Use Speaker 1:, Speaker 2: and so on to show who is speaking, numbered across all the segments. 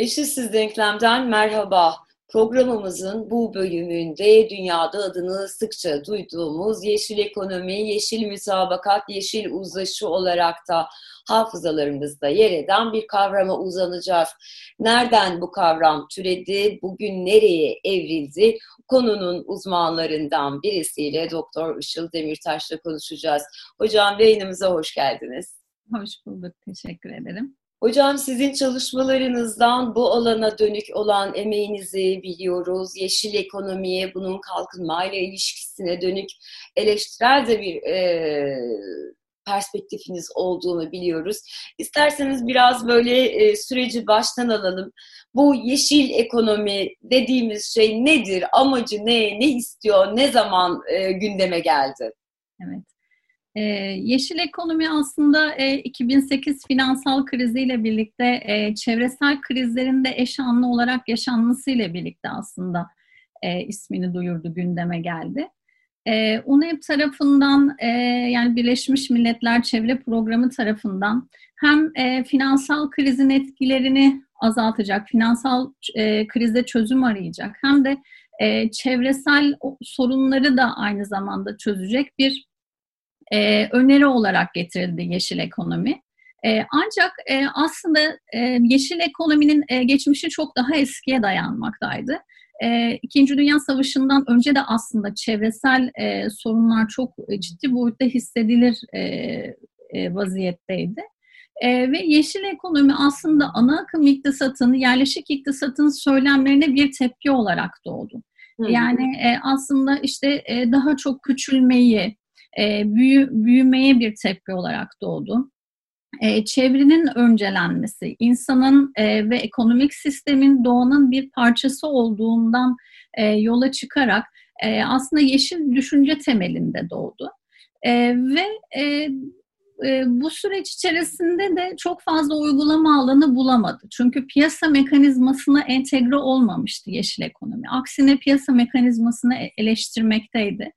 Speaker 1: Eşitsiz Denklem'den merhaba. Programımızın bu bölümünde dünyada adını sıkça duyduğumuz yeşil ekonomi, yeşil mütabakat, yeşil uzlaşı olarak da hafızalarımızda yer eden bir kavrama uzanacağız. Nereden bu kavram türedi, bugün nereye evrildi? Konunun uzmanlarından birisiyle Doktor Işıl Demirtaş'la konuşacağız. Hocam yayınımıza hoş geldiniz.
Speaker 2: Hoş bulduk, teşekkür ederim.
Speaker 1: Hocam sizin çalışmalarınızdan bu alana dönük olan emeğinizi biliyoruz. Yeşil ekonomiye, bunun kalkınmayla ilişkisine dönük eleştirel de bir perspektifiniz olduğunu biliyoruz. İsterseniz biraz böyle süreci baştan alalım. Bu yeşil ekonomi dediğimiz şey nedir? Amacı ne istiyor? Ne zaman gündeme geldi?
Speaker 2: Evet. Yeşil ekonomi aslında 2008 finansal kriziyle birlikte çevresel krizlerin de eş anlı olarak yaşanmasıyla birlikte aslında ismini duyurdu, gündeme geldi. UNEP tarafından yani Birleşmiş Milletler Çevre Programı tarafından hem finansal krizin etkilerini azaltacak, finansal krize çözüm arayacak hem de çevresel sorunları da aynı zamanda çözecek bir öneri olarak getirildi yeşil ekonomi. Ancak aslında yeşil ekonominin geçmişi çok daha eskiye dayanmaktaydı. İkinci Dünya Savaşı'ndan önce de aslında çevresel sorunlar çok ciddi boyutta hissedilir vaziyetteydi. Ve yeşil ekonomi aslında ana akım iktisatın, yerleşik iktisatın söylemlerine bir tepki olarak doğdu. Yani aslında işte daha çok küçülmeyi, büyümeye bir tepki olarak doğdu. Çevrenin öncelenmesi, insanın ve ekonomik sistemin doğanın bir parçası olduğundan yola çıkarak aslında yeşil düşünce temelinde doğdu. Ve bu süreç içerisinde de çok fazla uygulama alanı bulamadı. Çünkü piyasa mekanizmasına entegre olmamıştı yeşil ekonomi. Aksine piyasa mekanizmasını eleştirmekteydi.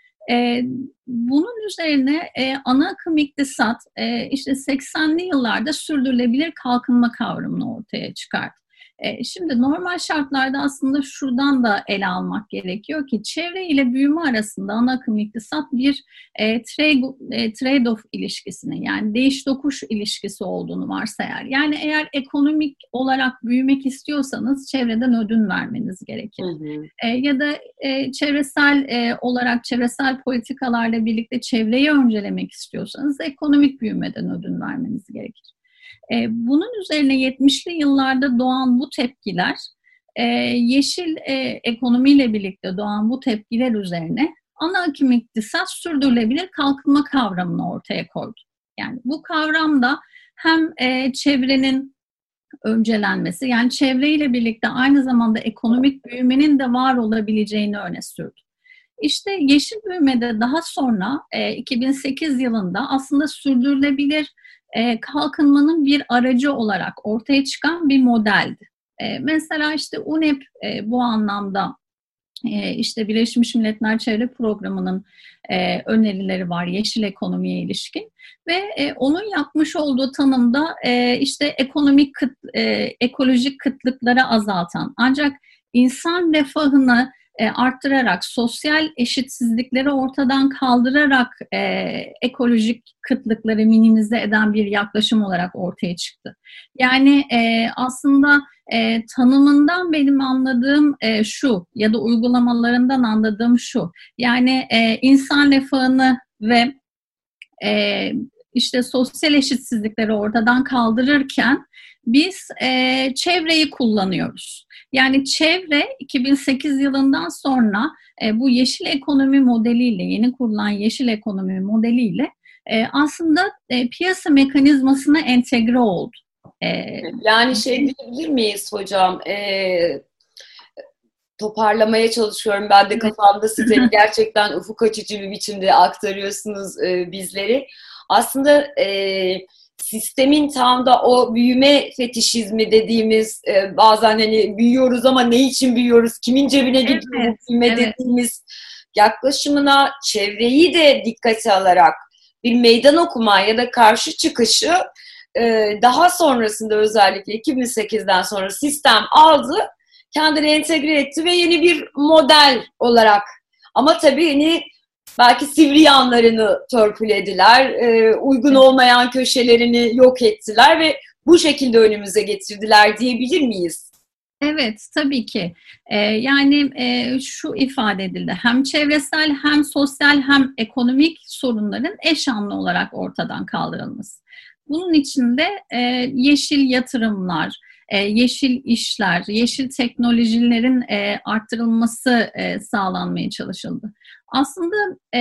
Speaker 2: Bunun üzerine ana akım iktisat işte 80'li yıllarda sürdürülebilir kalkınma kavramını ortaya çıkarttı. Şimdi normal şartlarda aslında şuradan da ele almak gerekiyor ki çevre ile büyüme arasında ana akım iktisat bir trade-off ilişkisinin, yani değiş tokuş ilişkisi olduğunu varsayar. Yani eğer ekonomik olarak büyümek istiyorsanız çevreden ödün vermeniz gerekir. Ya da çevresel olarak çevresel politikalarla birlikte çevreyi öncelemek istiyorsanız ekonomik büyümeden ödün vermeniz gerekir. Bunun üzerine 70'li yıllarda doğan bu tepkiler, yeşil ekonomiyle birlikte doğan bu tepkiler üzerine ana akım iktisat sürdürülebilir kalkınma kavramını ortaya koydu. Yani bu kavramda hem çevrenin öncelenmesi, yani çevreyle birlikte aynı zamanda ekonomik büyümenin de var olabileceğini öne sürdü. İşte yeşil büyümede daha sonra 2008 yılında aslında sürdürülebilir kalkınmanın bir aracı olarak ortaya çıkan bir modeldi. Mesela işte UNEP bu anlamda işte Birleşmiş Milletler Çevre Programı'nın önerileri var yeşil ekonomiye ilişkin ve onun yapmış olduğu tanımda işte ekolojik kıtlıkları azaltan ancak insan refahını arttırarak, sosyal eşitsizlikleri ortadan kaldırarak ekolojik kıtlıkları minimize eden bir yaklaşım olarak ortaya çıktı. Yani aslında tanımından benim anladığım şu ya da uygulamalarından anladığım şu. Yani insan refahını ve işte sosyal eşitsizlikleri ortadan kaldırırken biz çevreyi kullanıyoruz. Yani çevre 2008 yılından sonra bu yeşil ekonomi modeliyle, yeni kurulan yeşil ekonomi modeliyle aslında piyasa mekanizmasına entegre oldu.
Speaker 1: Yani diyebilir miyiz hocam? Toparlamaya çalışıyorum. Ben de kafamda size gerçekten ufuk açıcı bir biçimde aktarıyorsunuz bizleri. Aslında sistemin tam da o büyüme fetişizmi dediğimiz bazen hani büyüyoruz ama ne için büyüyoruz, kimin cebine gidiyor bu büyüme dediğimiz yaklaşımına çevreyi de dikkate alarak bir meydan okuma ya da karşı çıkışı daha sonrasında özellikle 2008'den sonra sistem aldı, kendini entegre etti ve yeni bir model olarak, ama tabii hani belki sivri yanlarını törpülediler, uygun olmayan köşelerini yok ettiler ve bu şekilde önümüze getirdiler diyebilir miyiz?
Speaker 2: Evet, tabii ki. Yani şu ifade edildi. Hem çevresel, hem sosyal, hem ekonomik sorunların eş anlı olarak ortadan kaldırılması. Bunun için de yeşil yatırımlar, yeşil işler, yeşil teknolojilerin arttırılması sağlanmaya çalışıldı. Aslında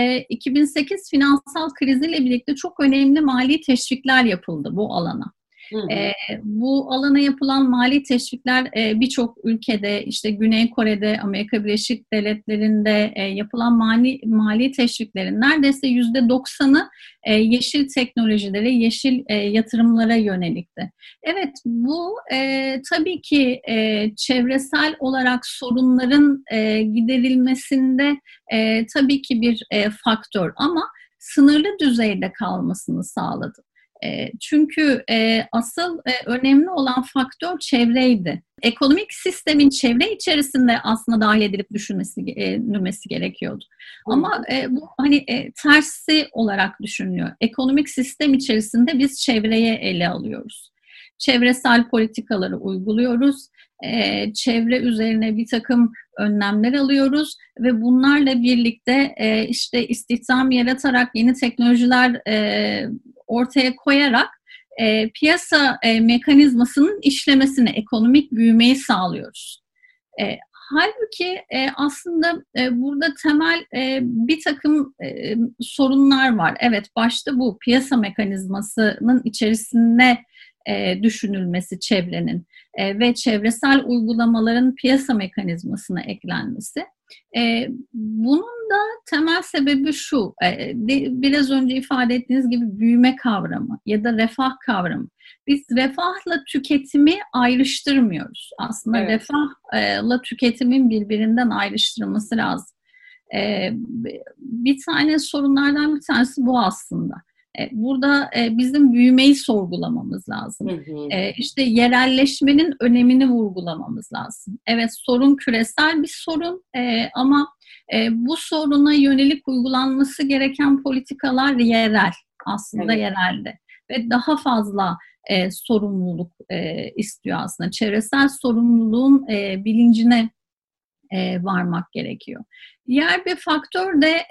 Speaker 2: 2008 finansal kriziyle birlikte çok önemli mali teşvikler yapıldı bu alana.
Speaker 1: Hı hı.
Speaker 2: Bu alana yapılan mali teşvikler birçok ülkede, işte Güney Kore'de, Amerika Birleşik Devletleri'nde yapılan mali teşviklerin neredeyse %90'ı yeşil teknolojilere, yeşil yatırımlara yönelikti. Evet, bu tabii ki çevresel olarak sorunların giderilmesinde tabii ki bir faktör, ama sınırlı düzeyde kalmasını sağladı. Çünkü asıl önemli olan faktör çevreydi. Ekonomik sistemin çevre içerisinde aslında dahil edilip düşünülmesi gerekiyordu. Ama bu hani tersi olarak düşünülüyor. Ekonomik sistem içerisinde biz çevreye ele alıyoruz. Çevresel politikaları uyguluyoruz. Çevre üzerine bir takım önlemler alıyoruz ve bunlarla birlikte işte istihdam yaratarak, yeni teknolojiler ortaya koyarak piyasa mekanizmasının işlemesini, ekonomik büyümeyi sağlıyoruz. Halbuki aslında burada temel bir takım sorunlar var. Evet, başta bu piyasa mekanizmasının içerisinde düşünülmesi çevrenin ve çevresel uygulamaların piyasa mekanizmasına eklenmesi. Bunun da temel sebebi şu, biraz önce ifade ettiğiniz gibi büyüme kavramı ya da refah kavramı. Biz refahla tüketimi ayrıştırmıyoruz. Aslında
Speaker 1: Evet.
Speaker 2: refahla tüketimin birbirinden ayrıştırılması lazım. Bir tane sorunlardan bir tanesi bu aslında. Burada bizim büyümeyi sorgulamamız lazım.
Speaker 1: Hı hı.
Speaker 2: İşte yerelleşmenin önemini vurgulamamız lazım. Evet, sorun küresel bir sorun ama bu soruna yönelik uygulanması gereken politikalar yerel, aslında
Speaker 1: Evet.
Speaker 2: yerelde ve daha fazla sorumluluk istiyor aslında. Çevresel sorumluluğun bilincine varmak gerekiyor. Diğer bir faktör de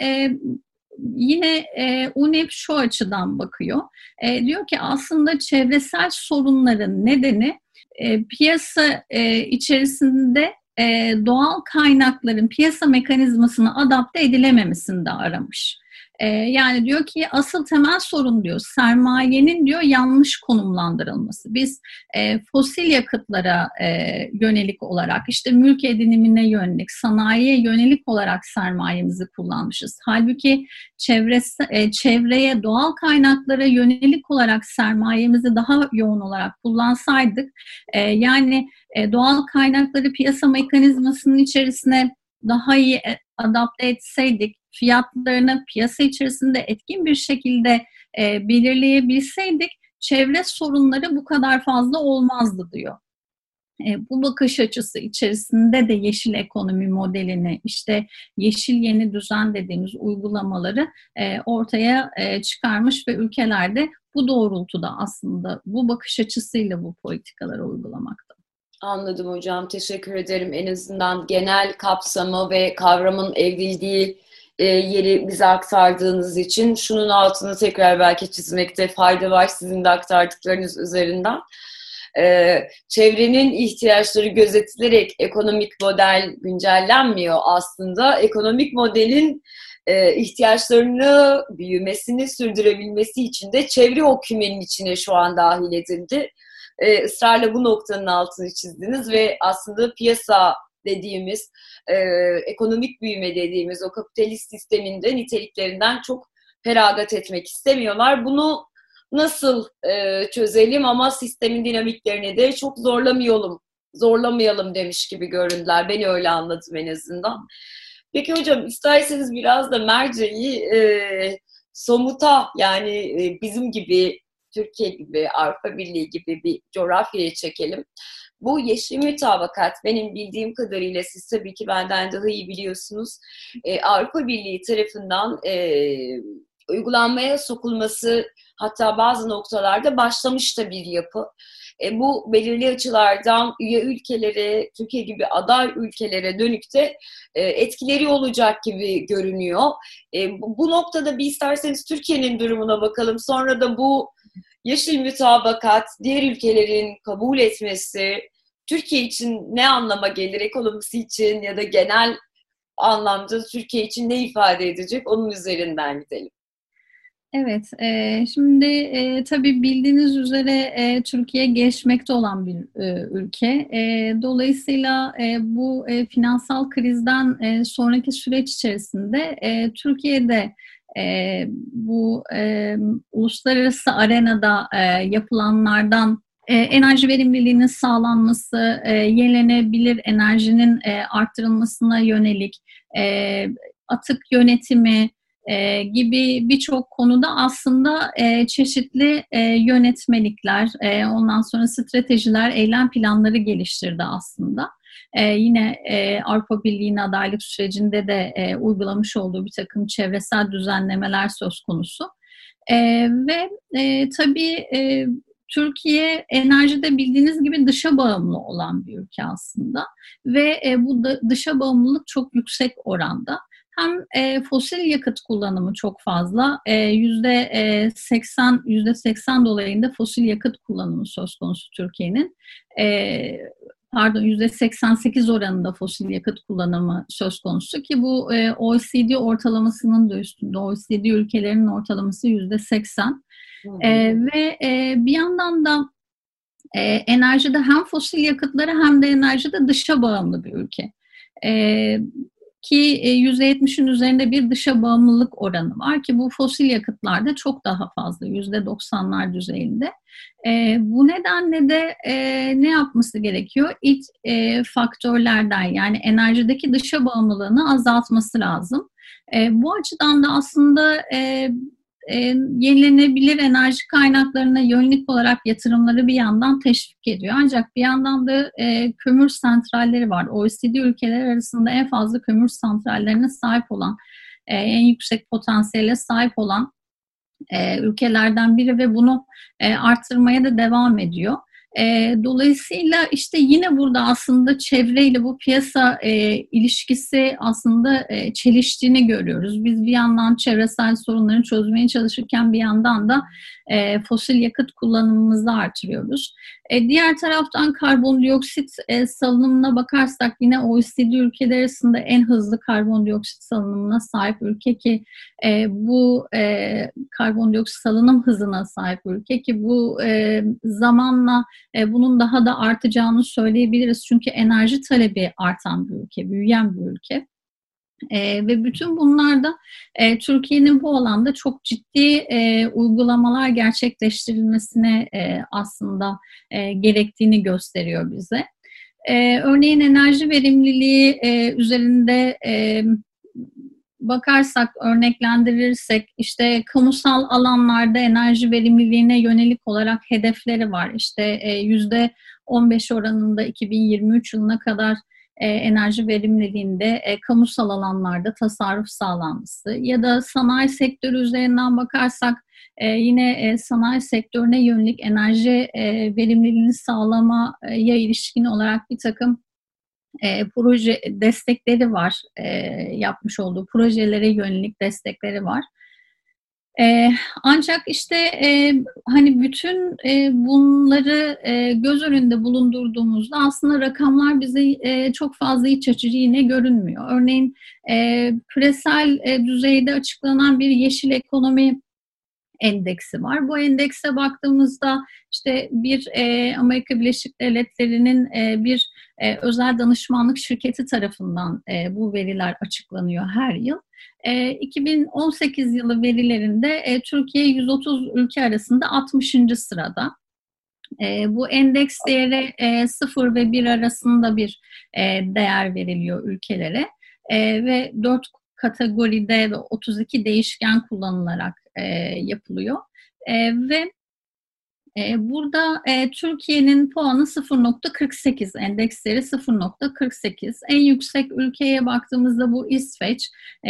Speaker 2: yine UNEP şu açıdan bakıyor. Diyor ki aslında çevresel sorunların nedeni piyasa içerisinde doğal kaynakların piyasa mekanizmasına adapte edilememesini de aramış. Yani diyor ki asıl temel sorun diyor sermayenin diyor yanlış konumlandırılması. Biz fosil yakıtlara yönelik olarak, işte mülk edinimine yönelik, sanayiye yönelik olarak sermayemizi kullanmışız. Halbuki çevreye, doğal kaynaklara yönelik olarak sermayemizi daha yoğun olarak kullansaydık, yani doğal kaynakları piyasa mekanizmasının içerisine daha iyi adapte etseydik, fiyatlarını piyasa içerisinde etkin bir şekilde belirleyebilseydik, çevre sorunları bu kadar fazla olmazdı diyor. Bu bakış açısı içerisinde de yeşil ekonomi modelini, işte yeşil yeni düzen dediğimiz uygulamaları ortaya çıkarmış ve ülkelerde bu doğrultuda aslında bu bakış açısıyla bu politikaları uygulamakta.
Speaker 1: Anladım hocam. Teşekkür ederim. En azından genel kapsamı ve kavramın evrildiği yeri bize aktardığınız için. Şunun altını tekrar belki çizmekte fayda var sizin de aktardıklarınız üzerinden. Çevrenin ihtiyaçları gözetilerek ekonomik model güncellenmiyor aslında. Ekonomik modelin ihtiyaçlarını, büyümesini sürdürebilmesi için de çevre o kümenin içine şu an dahil edildi. Israrla bu noktanın altını çizdiniz ve aslında piyasa dediğimiz, ekonomik büyüme dediğimiz o kapitalist sisteminde niteliklerinden çok feragat etmek istemiyorlar. Bunu nasıl çözelim ama sistemin dinamiklerini de çok zorlamayalım demiş gibi göründüler. Beni öyle anladım en azından. Peki hocam, isterseniz biraz da merceği somuta, yani bizim gibi Türkiye gibi, Avrupa Birliği gibi bir coğrafyaya çekelim. Bu yeşil mütabakat benim bildiğim kadarıyla, siz tabii ki benden daha iyi biliyorsunuz, Avrupa Birliği tarafından uygulanmaya sokulması, hatta bazı noktalarda başlamış da bir yapı. Bu belirli açılardan üye ülkelere, Türkiye gibi aday ülkelere dönük de etkileri olacak gibi görünüyor. Bu noktada bir isterseniz Türkiye'nin durumuna bakalım. Sonra da bu yeşil mütabakat, diğer ülkelerin kabul etmesi, Türkiye için ne anlama gelir, ekonomisi için ya da genel anlamda Türkiye için ne ifade edecek, onun üzerinden gidelim.
Speaker 2: Evet, şimdi tabii bildiğiniz üzere Türkiye gelişmekte olan bir ülke. Dolayısıyla bu finansal krizden sonraki süreç içerisinde Türkiye'de bu uluslararası arenada yapılanlardan enerji verimliliğinin sağlanması, yenilenebilir enerjinin arttırılmasına yönelik atık yönetimi, gibi birçok konuda aslında çeşitli yönetmelikler, ondan sonra stratejiler, eylem planları geliştirdi aslında. Yine Avrupa Birliği'nin adaylık sürecinde de uygulamış olduğu bir takım çevresel düzenlemeler söz konusu. Ve tabii Türkiye enerjide bildiğiniz gibi dışa bağımlı olan bir ülke aslında ve bu dışa bağımlılık çok yüksek oranda. Hem fosil yakıt kullanımı çok fazla, %80 dolayında fosil yakıt kullanımı söz konusu Türkiye'nin. %88 oranında fosil yakıt kullanımı söz konusu ki bu OECD ortalamasının da üstünde. OECD ülkelerinin ortalaması %80. Ve bir yandan da enerjide hem fosil yakıtları hem de enerjide dışa bağımlı bir ülke. Ki %70'in üzerinde bir dışa bağımlılık oranı var ki bu fosil yakıtlarda çok daha fazla, %90'lar düzeyinde. Bu nedenle de ne yapması gerekiyor? İlk faktörlerden, yani enerjideki dışa bağımlılığını azaltması lazım. Bu açıdan da aslında yenilenebilir enerji kaynaklarına yönelik olarak yatırımları bir yandan teşvik ediyor. Ancak bir yandan da kömür santralleri var. OECD ülkeler arasında en fazla kömür santrallerine sahip olan, en yüksek potansiyele sahip olan ülkelerden biri ve bunu arttırmaya da devam ediyor. Dolayısıyla işte yine burada aslında çevreyle bu piyasa ilişkisi aslında çeliştiğini görüyoruz. Biz bir yandan çevresel sorunları çözmeye çalışırken bir yandan da fosil yakıt kullanımımızı artırıyoruz. Diğer taraftan karbondioksit salınımına bakarsak yine OECD ülkeleri arasında en hızlı karbondioksit salınımına sahip ülke ki bu karbondioksit salınım hızına sahip ülke ki bu zamanla bunun daha da artacağını söyleyebiliriz. Çünkü enerji talebi artan bir ülke, büyüyen bir ülke. Ve bütün bunlarda Türkiye'nin bu alanda çok ciddi uygulamalar gerçekleştirilmesine aslında gerektiğini gösteriyor bize. Örneğin enerji verimliliği üzerinde bakarsak, örneklendirirsek işte kamusal alanlarda enerji verimliliğine yönelik olarak hedefleri var. İşte %15 oranında 2023 yılına kadar enerji verimliliğinde kamusal alanlarda tasarruf sağlanması ya da sanayi sektörü üzerinden bakarsak yine sanayi sektörüne yönelik enerji verimliliğini sağlamaya ilişkin olarak bir takım proje destekleri var, yapmış olduğu projelere yönelik destekleri var. Ancak işte hani bütün bunları göz önünde bulundurduğumuzda aslında rakamlar bize çok fazla iç açıcı yine görünmüyor. Örneğin küresel düzeyde açıklanan bir yeşil ekonomi endeksi var. Bu endekse baktığımızda işte bir Amerika Birleşik Devletleri'nin bir özel danışmanlık şirketi tarafından bu veriler açıklanıyor her yıl. 2018 yılı verilerinde Türkiye 130 ülke arasında 60. sırada. Bu endeks değeri 0 ve 1 arasında bir değer veriliyor ülkelere ve 4 kategoride ve 32 değişken kullanılarak yapılıyor. Ve Burada Türkiye'nin puanı 0,48, endeksleri 0,48. En yüksek ülkeye baktığımızda bu İsveç,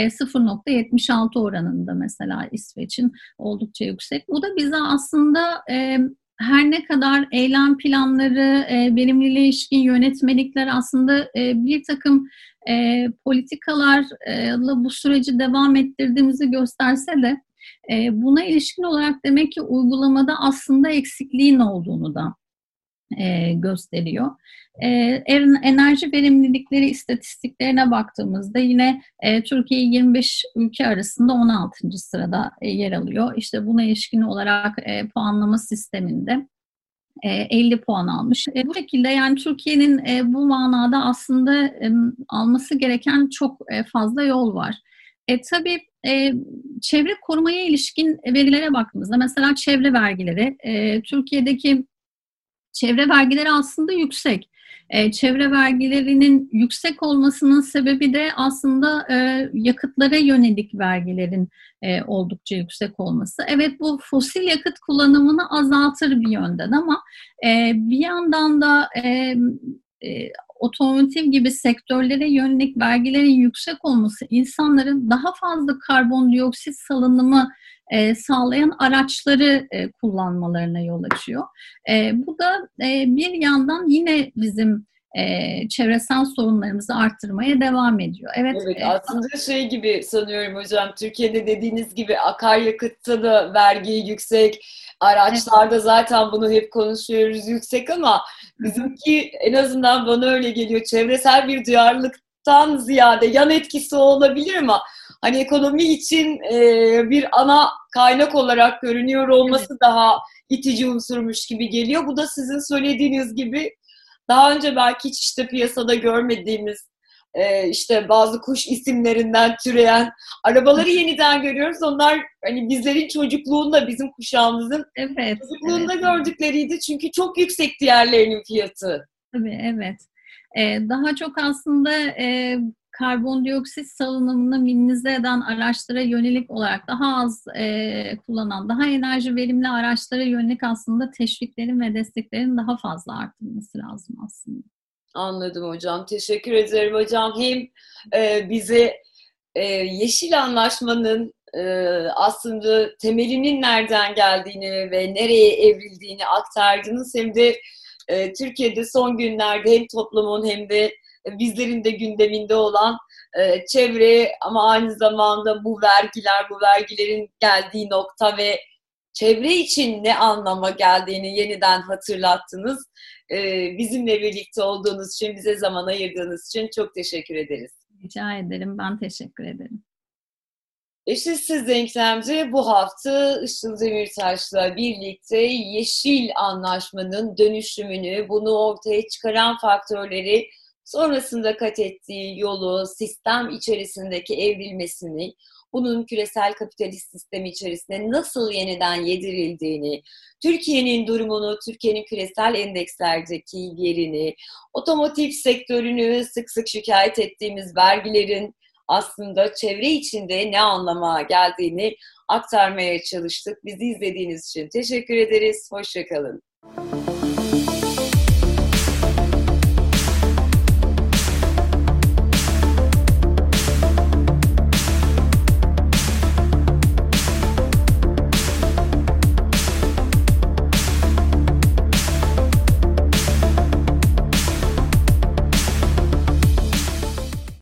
Speaker 2: 0,76 oranında mesela İsveç'in oldukça yüksek. Bu da bize aslında her ne kadar eylem planları, verimliliğe ilişkin yönetmelikler aslında bir takım politikalarla bu süreci devam ettirdiğimizi gösterse de buna ilişkin olarak demek ki uygulamada aslında eksikliğin olduğunu da gösteriyor. Enerji verimlilikleri istatistiklerine baktığımızda yine Türkiye 25 ülke arasında 16. sırada yer alıyor. İşte buna ilişkin olarak puanlama sisteminde 50 puan almış. Bu şekilde yani Türkiye'nin bu manada aslında alması gereken çok fazla yol var. Tabii çevre korumaya ilişkin verilere baktığımızda mesela çevre vergileri, Türkiye'deki çevre vergileri aslında yüksek. Çevre vergilerinin yüksek olmasının sebebi de aslında yakıtlara yönelik vergilerin oldukça yüksek olması. Evet, bu fosil yakıt kullanımını azaltır bir yönden ama bir yandan da otomotiv gibi sektörlere yönelik vergilerin yüksek olması insanların daha fazla karbondioksit salınımı sağlayan araçları kullanmalarına yol açıyor. Bu da bir yandan yine bizim çevresel sorunlarımızı arttırmaya devam ediyor.
Speaker 1: Evet, aslında şey gibi sanıyorum hocam, Türkiye'de dediğiniz gibi akaryakıtta da vergi yüksek, araçlarda zaten bunu hep konuşuyoruz yüksek ama bizimki en azından bana öyle geliyor, çevresel bir duyarlılıktan ziyade yan etkisi olabilir ama hani ekonomi için bir ana kaynak olarak görünüyor olması daha itici unsurmuş gibi geliyor. Bu da sizin söylediğiniz gibi daha önce belki hiç işte piyasada görmediğimiz işte bazı kuş isimlerinden türeyen arabaları yeniden görüyoruz. Onlar hani bizlerin çocukluğunda, bizim kuşağımızın çocukluğunda gördükleriydi. Çünkü çok yüksek diğerlerinin fiyatı.
Speaker 2: Tabii, evet. Daha çok aslında karbondioksit salınımını minimize eden araçlara yönelik olarak daha az kullanan, daha enerji verimli araçlara yönelik aslında teşviklerin ve desteklerin daha fazla arttırılması lazım aslında.
Speaker 1: Anladım hocam. Teşekkür ederim hocam. Hem bize Yeşil Anlaşma'nın aslında temelinin nereden geldiğini ve nereye evrildiğini aktardınız. Hem de Türkiye'de son günlerde hem toplumun hem de bizlerin de gündeminde olan çevre ama aynı zamanda bu vergilerin geldiği nokta ve çevre için ne anlama geldiğini yeniden hatırlattınız. Bizimle birlikte olduğunuz için, bize zaman ayırdığınız için çok teşekkür ederiz.
Speaker 2: Rica ederim, ben teşekkür ederim.
Speaker 1: Eşitsiz Denklem'de bu hafta Işıl Demirtaş'la birlikte Yeşil Anlaşma'nın dönüşümünü, bunu ortaya çıkaran faktörleri, sonrasında kat ettiği yolu, sistem içerisindeki evrilmesini, bunun küresel kapitalist sistemi içerisinde nasıl yeniden yedirildiğini, Türkiye'nin durumunu, Türkiye'nin küresel endekslerdeki yerini, otomotiv sektörünü, sık sık şikayet ettiğimiz vergilerin aslında çevre içinde ne anlama geldiğini aktarmaya çalıştık. Bizi izlediğiniz için teşekkür ederiz. Hoşça kalın.